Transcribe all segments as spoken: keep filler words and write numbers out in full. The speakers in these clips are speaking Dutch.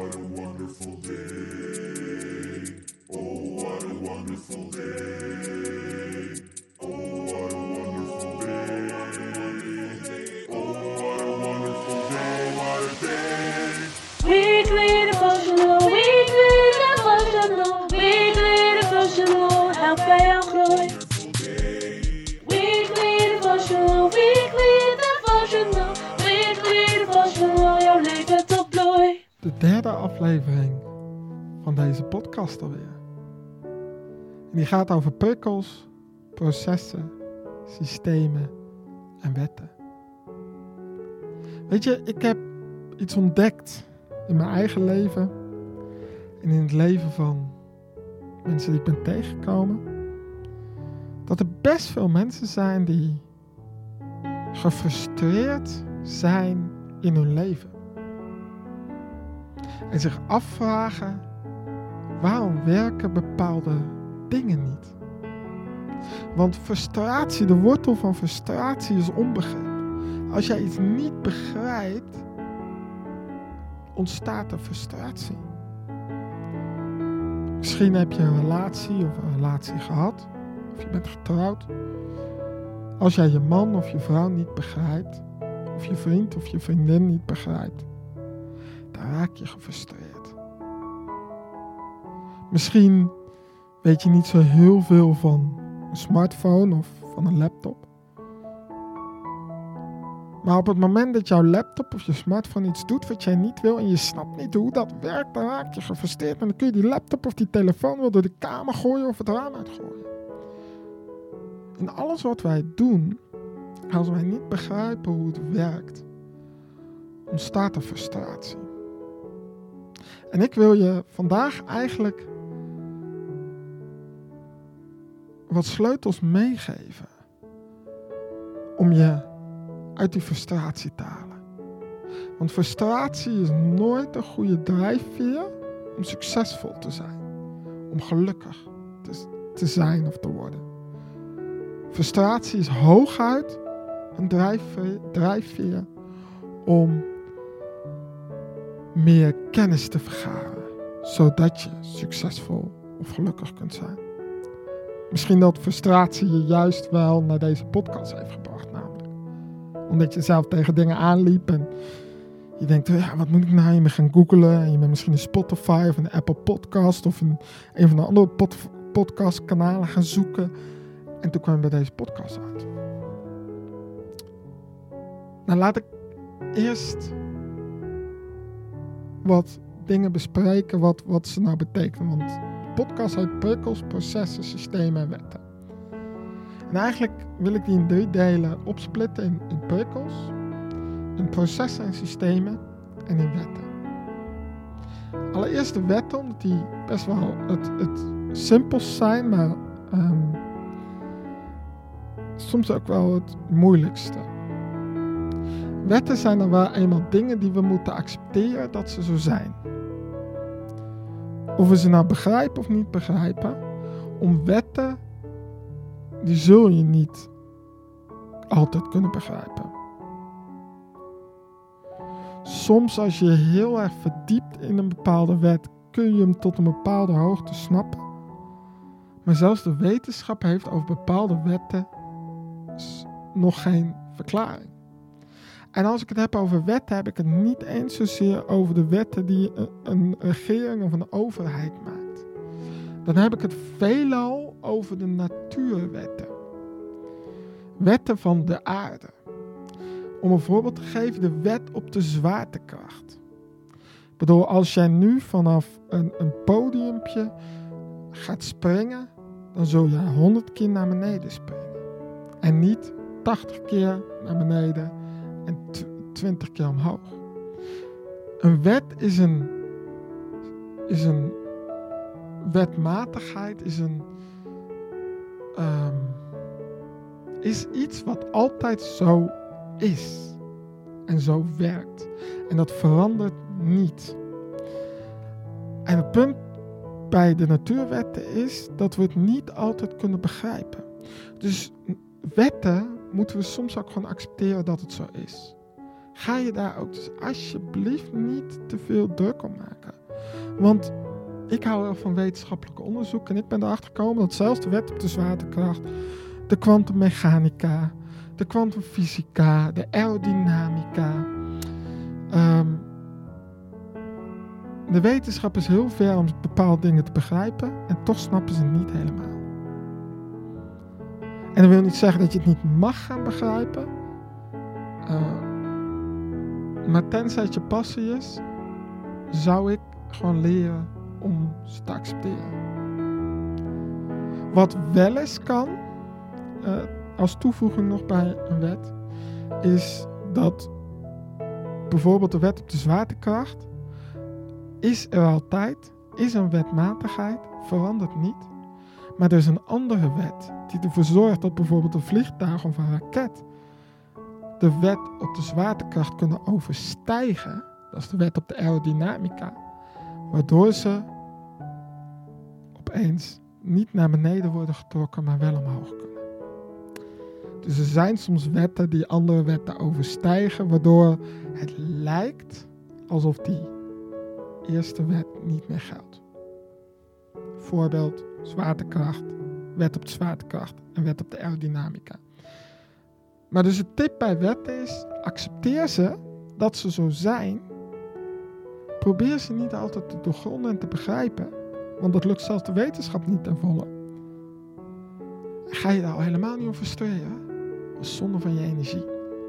what a wonderful day. Oh, what a wonderful day. Oh, what a wonderful day. Oh, what a wonderful day. What a day. Weekly devotional, weekly devotional, weekly devotional, help bij jouw groei. Weekly devotional, weekly devotional, weekly devotional, jouw leven tot bloei. De derde aflevering van deze podcast alweer. En die gaat over prikkels, processen, systemen en wetten. Weet je, ik heb iets ontdekt in mijn eigen leven en in het leven van mensen die ik ben tegengekomen. Dat er best veel mensen zijn die gefrustreerd zijn in hun leven. En zich afvragen, waarom werken bepaalde dingen niet? Want frustratie, de wortel van frustratie is onbegrip. Als jij iets niet begrijpt, ontstaat er frustratie. Misschien heb je een relatie of een relatie gehad, of je bent getrouwd. Als jij je man of je vrouw niet begrijpt, of je vriend of je vriendin niet begrijpt, dan raak je gefrustreerd. Misschien weet je niet zo heel veel van een smartphone of van een laptop. Maar op het moment dat jouw laptop of je smartphone iets doet wat jij niet wil en je snapt niet hoe dat werkt, dan raak je gefrustreerd en dan kun je die laptop of die telefoon wel door de kamer gooien of het raam uitgooien. In alles wat wij doen, als wij niet begrijpen hoe het werkt, ontstaat er frustratie. En ik wil je vandaag eigenlijk wat sleutels meegeven om je uit die frustratie te halen. Want frustratie is nooit een goede drijfveer om succesvol te zijn. Om gelukkig te, te zijn of te worden. Frustratie is hooguit een drijfveer, drijfveer om meer kennis te vergaren. Zodat je succesvol of gelukkig kunt zijn. Misschien dat frustratie je juist wel naar deze podcast heeft gebracht namelijk. Omdat je zelf tegen dingen aanliep en je denkt, ja, wat moet ik nou? Je bent gaan googlen en je bent misschien een Spotify of een Apple podcast of een, een van de andere pod, podcastkanalen gaan zoeken. En toen kwam je bij deze podcast uit. Nou, laat ik eerst wat dingen bespreken wat, wat ze nou betekenen. Want de podcast heet prikkels, processen, systemen en wetten. En eigenlijk wil ik die in drie delen opsplitten in, in prikkels, in processen en systemen en in wetten. Allereerst de wetten, omdat die best wel het, het simpelst zijn, maar um, soms ook wel het moeilijkste. Wetten zijn er wel eenmaal dingen die we moeten accepteren dat ze zo zijn. Of we ze nou begrijpen of niet begrijpen, om wetten, die zul je niet altijd kunnen begrijpen. Soms als je heel erg verdiept in een bepaalde wet, kun je hem tot een bepaalde hoogte snappen. Maar zelfs de wetenschap heeft over bepaalde wetten nog geen verklaring. En als ik het heb over wetten, heb ik het niet eens zozeer over de wetten die een, een regering of een overheid maakt. Dan heb ik het veelal over de natuurwetten. Wetten van de aarde. Om een voorbeeld te geven, de wet op de zwaartekracht. Ik bedoel, als jij nu vanaf een, een podiumpje gaat springen, dan zul je honderd keer naar beneden springen. En niet tachtig keer naar beneden en twintig keer omhoog. Een wet is een, is een wetmatigheid, is een um, is iets wat altijd zo is en zo werkt. En dat verandert niet. En het punt bij de natuurwetten is dat we het niet altijd kunnen begrijpen. Dus wetten moeten we soms ook gewoon accepteren dat het zo is. Ga je daar ook dus alsjeblieft niet te veel druk om maken. Want ik hou wel van wetenschappelijk onderzoek en ik ben erachter gekomen dat zelfs de wet op de zwaartekracht, de kwantummechanica, de kwantumfysica, de aerodynamica, um, de wetenschap is heel ver om bepaalde dingen te begrijpen en toch snappen ze het niet helemaal. En dat wil niet zeggen dat je het niet mag gaan begrijpen, uh, maar tenzij het je passie is, zou ik gewoon leren om ze te accepteren. Wat wel eens kan, uh, als toevoeging nog bij een wet, is dat bijvoorbeeld de wet op de zwaartekracht is er altijd, is een wetmatigheid, verandert niet. Maar er is een andere wet die ervoor zorgt dat bijvoorbeeld een vliegtuig of een raket de wet op de zwaartekracht kunnen overstijgen. Dat is de wet op de aerodynamica. Waardoor ze opeens niet naar beneden worden getrokken, maar wel omhoog kunnen. Dus er zijn soms wetten die andere wetten overstijgen, waardoor het lijkt alsof die eerste wet niet meer geldt. Voorbeeld, zwaartekracht, wet op de zwaartekracht en wet op de aerodynamica. Maar dus de tip bij wetten is, accepteer ze dat ze zo zijn. Probeer ze niet altijd te doorgronden en te begrijpen, want dat lukt zelfs de wetenschap niet ten volle. Ga je daar al helemaal niet om frustreren, dat is zonde van je energie.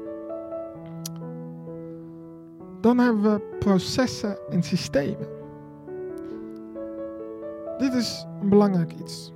Dan hebben we processen en systemen. Dit is een belangrijk iets.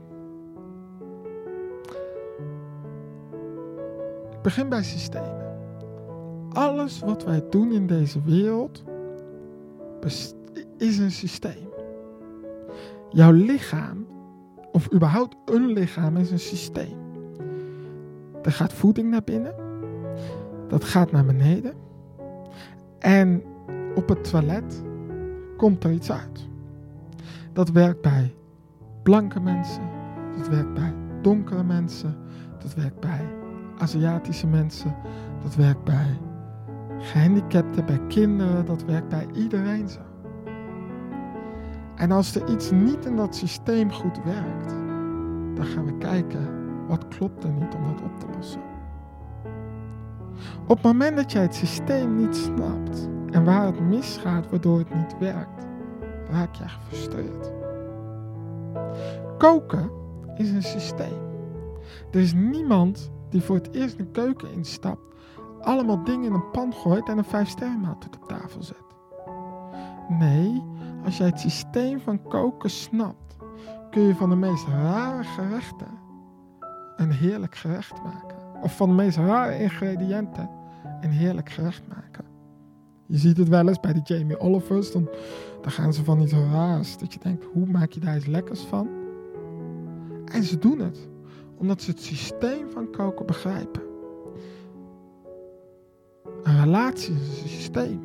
Ik begin bij systemen. Alles wat wij doen in deze wereld best- is een systeem. Jouw lichaam, of überhaupt een lichaam, is een systeem. Er gaat voeding naar binnen. Dat gaat naar beneden. En op het toilet komt er iets uit. Dat werkt bij blanke mensen. Dat werkt bij donkere mensen. Dat werkt bij Aziatische mensen. Dat werkt bij gehandicapten, bij kinderen. Dat werkt bij iedereen zo. En als er iets niet in dat systeem goed werkt, dan gaan we kijken wat klopt er niet om dat op te lossen. Op het moment dat jij het systeem niet snapt en waar het misgaat waardoor het niet werkt, raak jij gefrustreerd. Koken is een systeem. Er is niemand die voor het eerst een keuken instapt, allemaal dingen in een pan gooit en een vijfsterrenmaaltijd op tafel zet. Nee, als jij het systeem van koken snapt, kun je van de meest rare gerechten een heerlijk gerecht maken. Of van de meest rare ingrediënten een heerlijk gerecht maken. Je ziet het wel eens bij de Jamie Olivers, dan, dan gaan ze van iets raars, dat je denkt, hoe maak je daar iets lekkers van? En ze doen het, omdat ze het systeem van koken begrijpen. Een relatie is een systeem.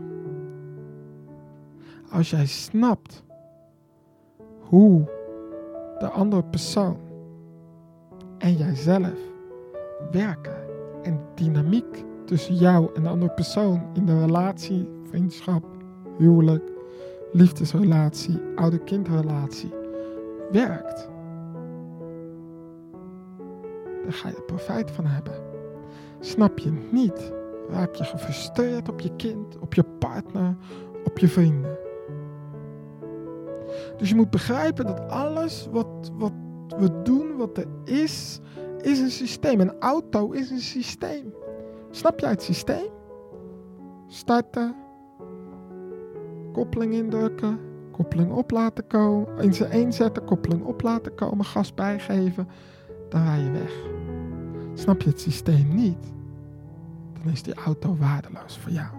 Als jij snapt hoe de andere persoon en jijzelf werken en de dynamiek tussen jou en de andere persoon in de relatie, vriendschap, huwelijk, liefdesrelatie, ouder-kindrelatie werkt, dan ga je er profijt van hebben. Snap je het niet, raak je gefrustreerd op je kind, op je partner, op je vrienden. Dus je moet begrijpen dat alles wat, wat we doen, wat er is, is een systeem. Een auto is een systeem. Snap jij het systeem? Starten, koppeling indrukken, koppeling op laten komen, in zijn één zetten, koppeling op laten komen, gas bijgeven, dan rij je weg. Snap je het systeem niet, dan is die auto waardeloos voor jou.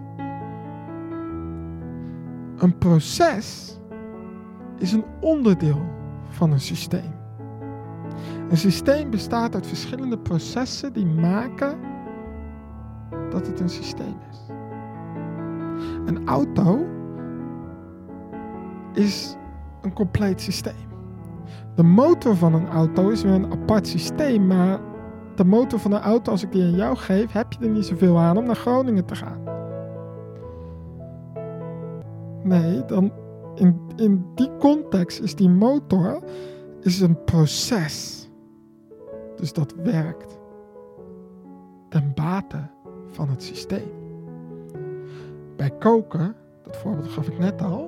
Een proces is een onderdeel van een systeem. Een systeem bestaat uit verschillende processen die maken dat het een systeem is. Een auto is een compleet systeem. De motor van een auto is weer een apart systeem, maar de motor van een auto, als ik die aan jou geef, heb je er niet zoveel aan om naar Groningen te gaan. Nee, dan in, in die context is die motor is een proces. Dus dat werkt ten bate van het systeem. Bij koken, dat voorbeeld gaf ik net al,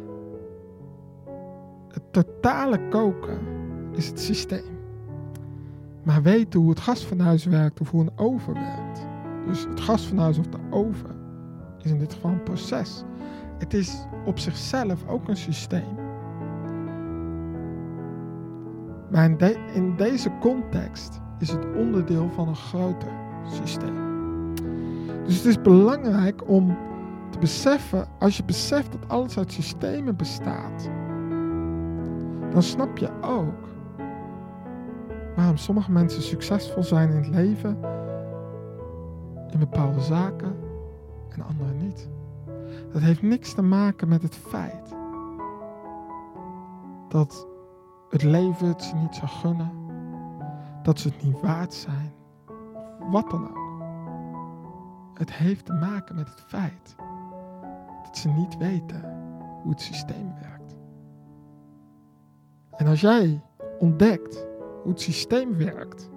het totale koken is het systeem. Maar weten hoe het gasfornuis werkt of hoe een oven werkt. Dus het gasfornuis of de oven is in dit geval een proces. Het is op zichzelf ook een systeem. Maar in, de, in deze context is het onderdeel van een groter systeem. Dus het is belangrijk om te beseffen, als je beseft dat alles uit systemen bestaat, dan snap je ook waarom sommige mensen succesvol zijn in het leven, in bepaalde zaken en anderen niet. Dat heeft niks te maken met het feit dat het leven het ze niet zou gunnen, dat ze het niet waard zijn, of wat dan ook. Het heeft te maken met het feit dat ze niet weten hoe het systeem werkt. En als jij ontdekt hoe het systeem werkt,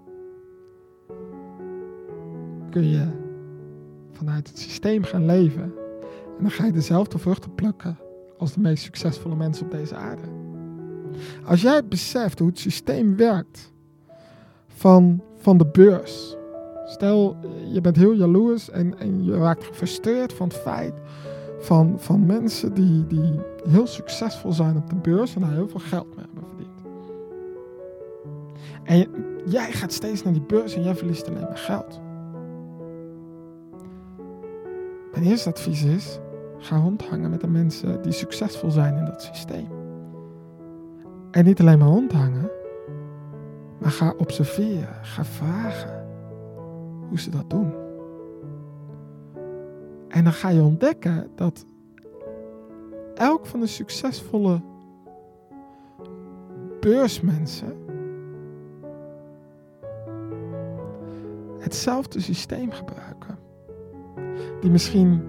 kun je vanuit het systeem gaan leven. En dan ga je dezelfde vruchten plukken als de meest succesvolle mensen op deze aarde. Als jij beseft hoe het systeem werkt van, van de beurs. Stel, je bent heel jaloers en, en je raakt gefrustreerd van het feit van, van mensen die, die heel succesvol zijn op de beurs en daar heel veel geld mee hebben verdiend. En jij gaat steeds naar die beurs en jij verliest alleen maar geld. Mijn eerste advies is, ga rondhangen met de mensen die succesvol zijn in dat systeem. En niet alleen maar rondhangen, maar ga observeren, ga vragen hoe ze dat doen. En dan ga je ontdekken dat elk van de succesvolle beursmensen hetzelfde systeem gebruiken. Die misschien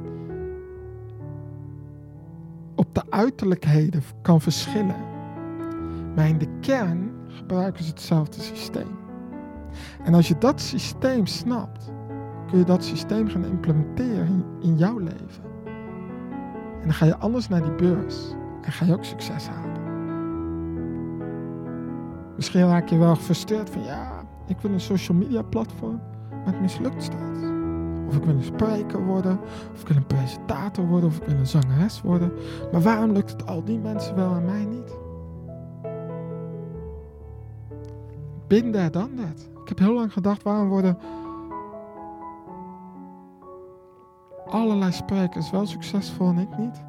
op de uiterlijkheden kan verschillen. Maar in de kern gebruiken ze hetzelfde systeem. En als je dat systeem snapt, kun je dat systeem gaan implementeren in, in jouw leven. En dan ga je anders naar die beurs en ga je ook succes halen. Misschien raak je wel gefrustreerd van ja, ik wil een social media platform, maar het mislukt steeds. Of ik wil een spreker worden, of ik wil een presentator worden, of ik wil een zangeres worden. Maar waarom lukt het al die mensen wel en mij niet? Been there, done that. Ik heb heel lang gedacht, waarom worden allerlei sprekers wel succesvol en ik niet?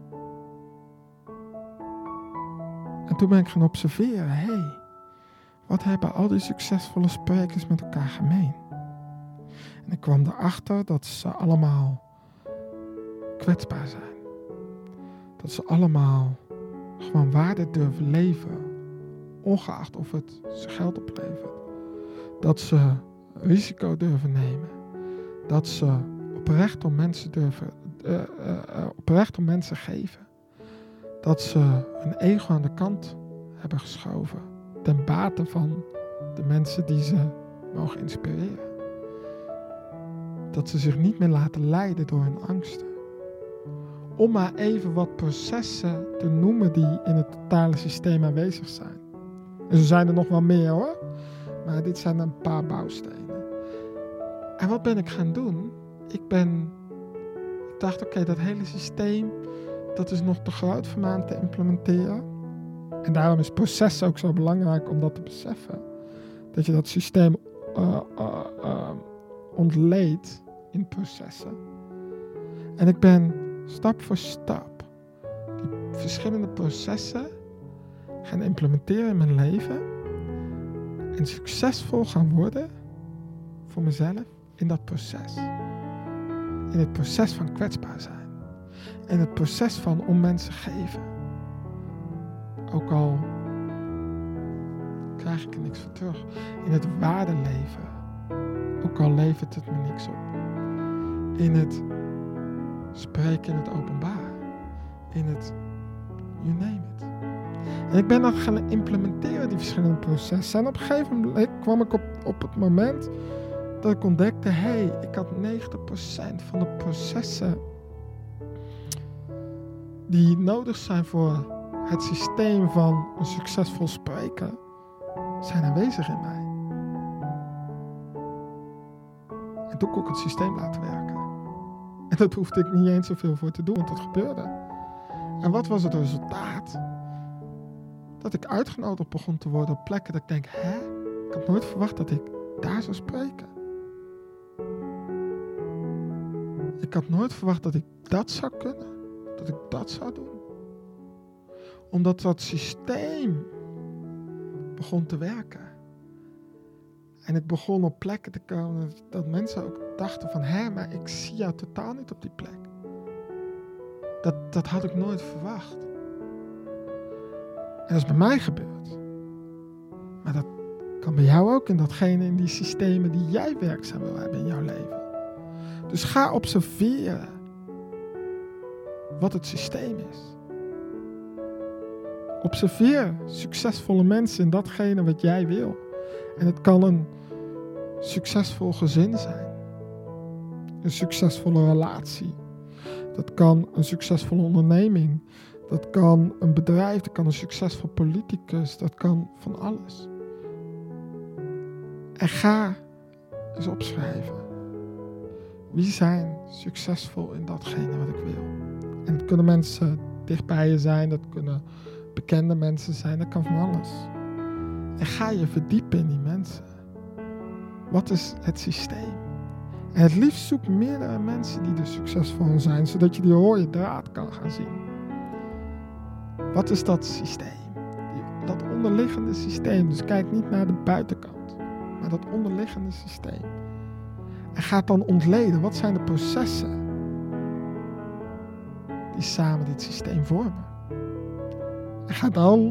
En toen ben ik gaan observeren, hé, hey, wat hebben al die succesvolle sprekers met elkaar gemeen? En ik kwam erachter dat ze allemaal kwetsbaar zijn. Dat ze allemaal gewoon waarde durven leven, ongeacht of het ze geld oplevert. Dat ze risico durven nemen. Dat ze oprecht om mensen durven, uh, uh, uh, oprecht om mensen geven. Dat ze hun ego aan de kant hebben geschoven ten bate van de mensen die ze mogen inspireren. Dat ze zich niet meer laten leiden door hun angsten. Om maar even wat processen te noemen die in het totale systeem aanwezig zijn. En zo zijn er nog wel meer hoor. Maar dit zijn een paar bouwstenen. En wat ben ik gaan doen? Ik ben... Ik dacht, oké, okay, dat hele systeem, dat is nog te groot voor mij om te implementeren. En daarom is proces ook zo belangrijk om dat te beseffen. Dat je dat systeem uh, uh, uh, ontleedt in processen. En ik ben stap voor stap die verschillende processen gaan implementeren in mijn leven. En succesvol gaan worden voor mezelf in dat proces. In het proces van kwetsbaar zijn. In het proces van om mensen geven. Ook al krijg ik er niks voor terug. In het waardeleven. Ook al levert het me niks op. In het spreken in het openbaar. In het You name it. En ik ben dat gaan implementeren, die verschillende processen. En op een gegeven moment kwam ik op, op het moment dat ik ontdekte, hé, hey, ik had negentig procent van de processen die nodig zijn voor het systeem van een succesvol spreker, zijn aanwezig in mij. En toen kon ik het systeem laten werken. En dat hoefde ik niet eens zoveel voor te doen, want dat gebeurde. En wat was het resultaat? Dat ik uitgenodigd begon te worden op plekken dat ik denk, hè? Ik had nooit verwacht dat ik daar zou spreken. Ik had nooit verwacht dat ik dat zou kunnen. Dat ik dat zou doen. Omdat dat systeem begon te werken. En ik begon op plekken te komen dat mensen ook dachten van, hé, maar ik zie jou totaal niet op die plek. Dat, dat had ik nooit verwacht. En dat is bij mij gebeurd. Maar dat kan bij jou ook in datgene, in die systemen die jij werkzaam wil hebben in jouw leven. Dus ga observeren wat het systeem is. Observeer succesvolle mensen in datgene wat jij wil. En het kan een succesvol gezin zijn. Een succesvolle relatie. Dat kan een succesvolle onderneming. Dat kan een bedrijf, dat kan een succesvol politicus. Dat kan van alles. En ga eens opschrijven. Wie zijn succesvol in datgene wat ik wil? En het kunnen mensen dichtbij je zijn. Dat kunnen bekende mensen zijn. Dat kan van alles. En ga je verdiepen in die mensen. Wat is het systeem? En het liefst zoek meerdere mensen die er succesvol zijn, zodat je die rode draad kan gaan zien. Wat is dat systeem? Die, dat onderliggende systeem. Dus kijk niet naar de buitenkant, maar dat onderliggende systeem. En ga het dan ontleden. Wat zijn de processen die samen dit systeem vormen? En ga dan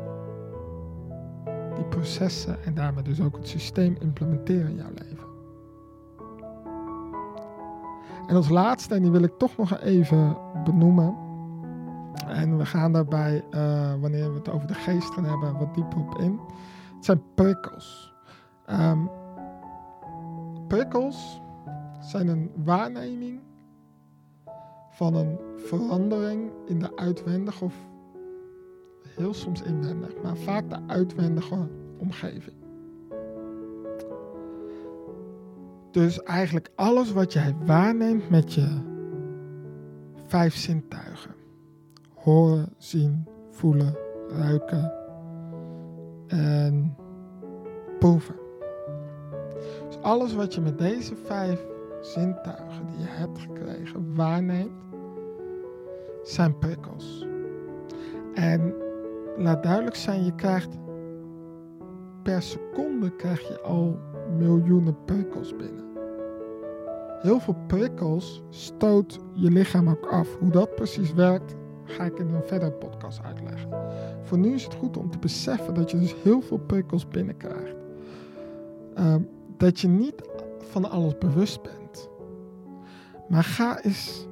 die processen en daarmee dus ook het systeem implementeren in jouw leven. En als laatste, en die wil ik toch nog even benoemen. En we gaan daarbij, uh, wanneer we het over de geest gaan hebben, wat dieper op in. Het zijn prikkels. Um, prikkels zijn een waarneming van een verandering in de uitwendige of heel soms inwendig, maar vaak de uitwendige omgeving. Dus eigenlijk alles wat jij waarneemt met je vijf zintuigen. Horen, zien, voelen, ruiken en proeven. Dus alles wat je met deze vijf zintuigen die je hebt gekregen waarneemt, zijn prikkels. En laat duidelijk zijn, je krijgt per seconde krijg je al miljoenen prikkels binnen. Heel veel prikkels stoot je lichaam ook af. Hoe dat precies werkt, ga ik in een verdere podcast uitleggen. Voor nu is het goed om te beseffen dat je dus heel veel prikkels binnenkrijgt. Uh, dat je niet van alles bewust bent. Maar ga eens...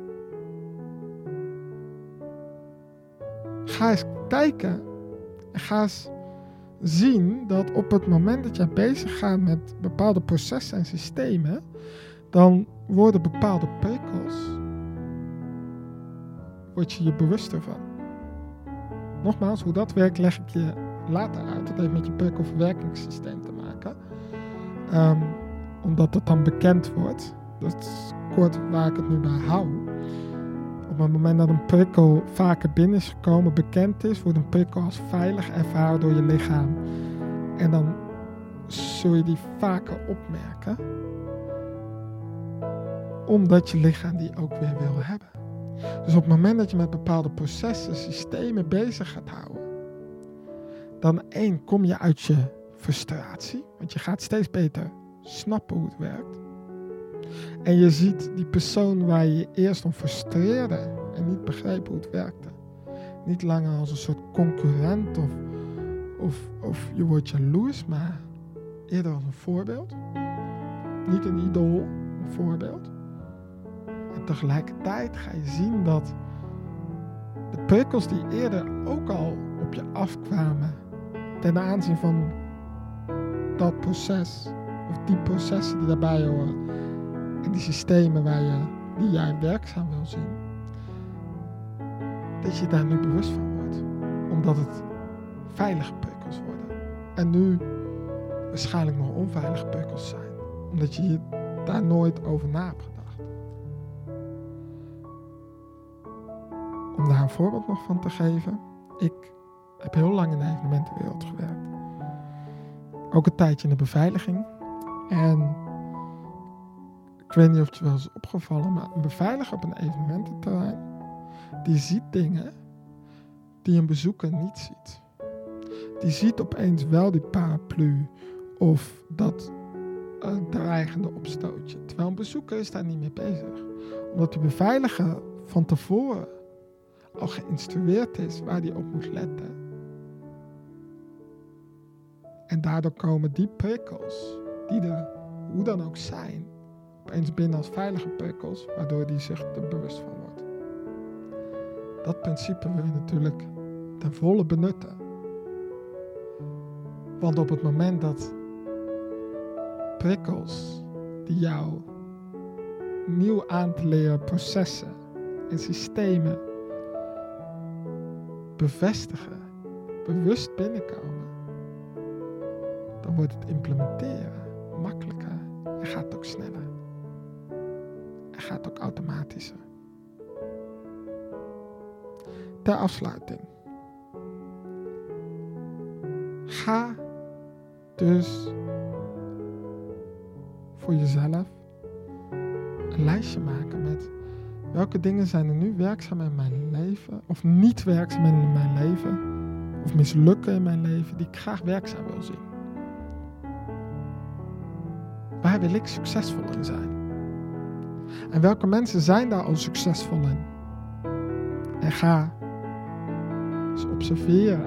Ga eens kijken en ga eens zien dat op het moment dat jij bezig gaat met bepaalde processen en systemen, dan worden bepaalde prikkels, word je je bewuster van. Nogmaals, hoe dat werkt leg ik je later uit. Dat heeft met je prikkelverwerkingssysteem te maken. Um, omdat het dan bekend wordt. Dat is kort waar ik het nu bij hou. Op het moment dat een prikkel vaker binnen is gekomen, bekend is, wordt een prikkel als veilig ervaren door je lichaam. En dan zul je die vaker opmerken. Omdat je lichaam die ook weer wil hebben. Dus op het moment dat je met bepaalde processen, systemen bezig gaat houden, dan één, kom je uit je frustratie. Want je gaat steeds beter snappen hoe het werkt. En je ziet die persoon waar je je eerst om frustreerde en niet begreep hoe het werkte, niet langer als een soort concurrent of, of, of je wordt jaloers, maar eerder als een voorbeeld. Niet een idool, een voorbeeld. En tegelijkertijd ga je zien dat De prikkels die eerder ook al op je afkwamen ten aanzien van dat proces, of die processen die daarbij horen, en die systemen waar je, die jij werkzaam wil zien, dat je daar nu bewust van wordt. Omdat het veilige prikkels worden. En nu waarschijnlijk nog onveilige prikkels zijn. Omdat je daar nooit over na hebt gedacht. Om daar een voorbeeld nog van te geven. Ik heb heel lang in de evenementenwereld gewerkt. Ook een tijdje in de beveiliging. En ik weet niet of het je wel is opgevallen, maar een beveiliger op een evenemententerrein, die ziet dingen die een bezoeker niet ziet. Die ziet opeens wel die paraplu of dat uh, dreigende opstootje. Terwijl een bezoeker is daar niet mee bezig. Omdat die beveiliger van tevoren al geïnstrueerd is waar die op moet letten. En daardoor komen die prikkels, die er hoe dan ook zijn, opeens binnen als veilige prikkels, waardoor die zich er bewust van wordt. Dat principe wil je natuurlijk ten volle benutten. Want op het moment dat prikkels die jou nieuw aan te leren processen en systemen bevestigen, bewust binnenkomen, dan wordt het implementeren makkelijker en gaat het ook sneller. En gaat het ook automatischer. Ter afsluiting. Ga dus voor jezelf een lijstje maken met welke dingen zijn er nu werkzaam in mijn leven of niet werkzaam in mijn leven of mislukken in mijn leven die ik graag werkzaam wil zien. Waar wil ik succesvol in zijn? En welke mensen zijn daar al succesvol in? En ga eens observeren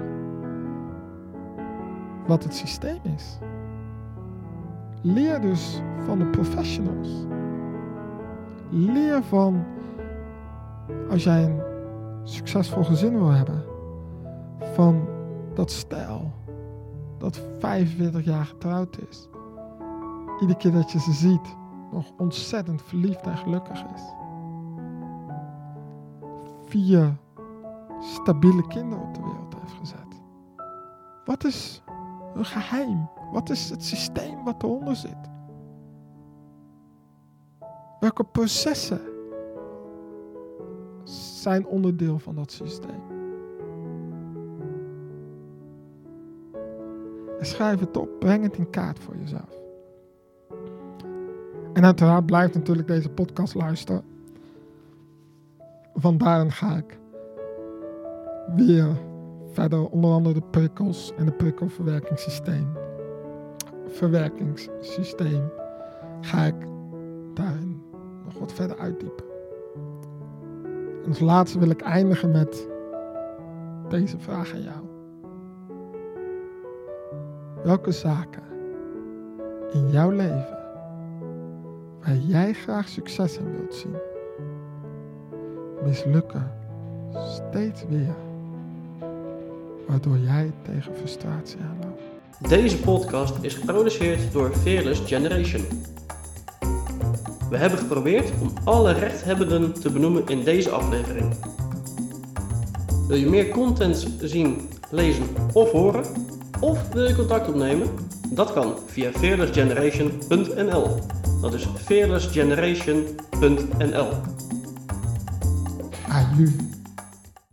wat het systeem is. Leer dus van de professionals. Leer van, als jij een succesvol gezin wil hebben, van dat stel dat vijfenveertig jaar getrouwd is. Iedere keer dat je ze ziet, nog ontzettend verliefd en gelukkig is. Vier stabiele kinderen op de wereld heeft gezet. Wat is hun geheim? Wat is het systeem wat eronder zit? Welke processen zijn onderdeel van dat systeem? En schrijf het op, breng het in kaart voor jezelf. En uiteraard blijft natuurlijk deze podcast luisteren. Van daarin ga ik weer verder onder andere de prikkels en de prikkelverwerkingssysteem. Verwerkingssysteem ga ik daarin nog wat verder uitdiepen. En als laatste wil ik eindigen met deze vraag aan jou. Welke zaken in jouw leven waar jij graag succes in wilt zien, mislukken steeds weer, waardoor jij tegen frustratie aanloopt? Deze podcast is geproduceerd door Fearless Generation. We hebben geprobeerd om alle rechthebbenden te benoemen in deze aflevering. Wil je meer content zien, lezen of horen? Of wil je contact opnemen? Dat kan via fearless generation punt n l. Dat is fearless generation punt n l. Aju.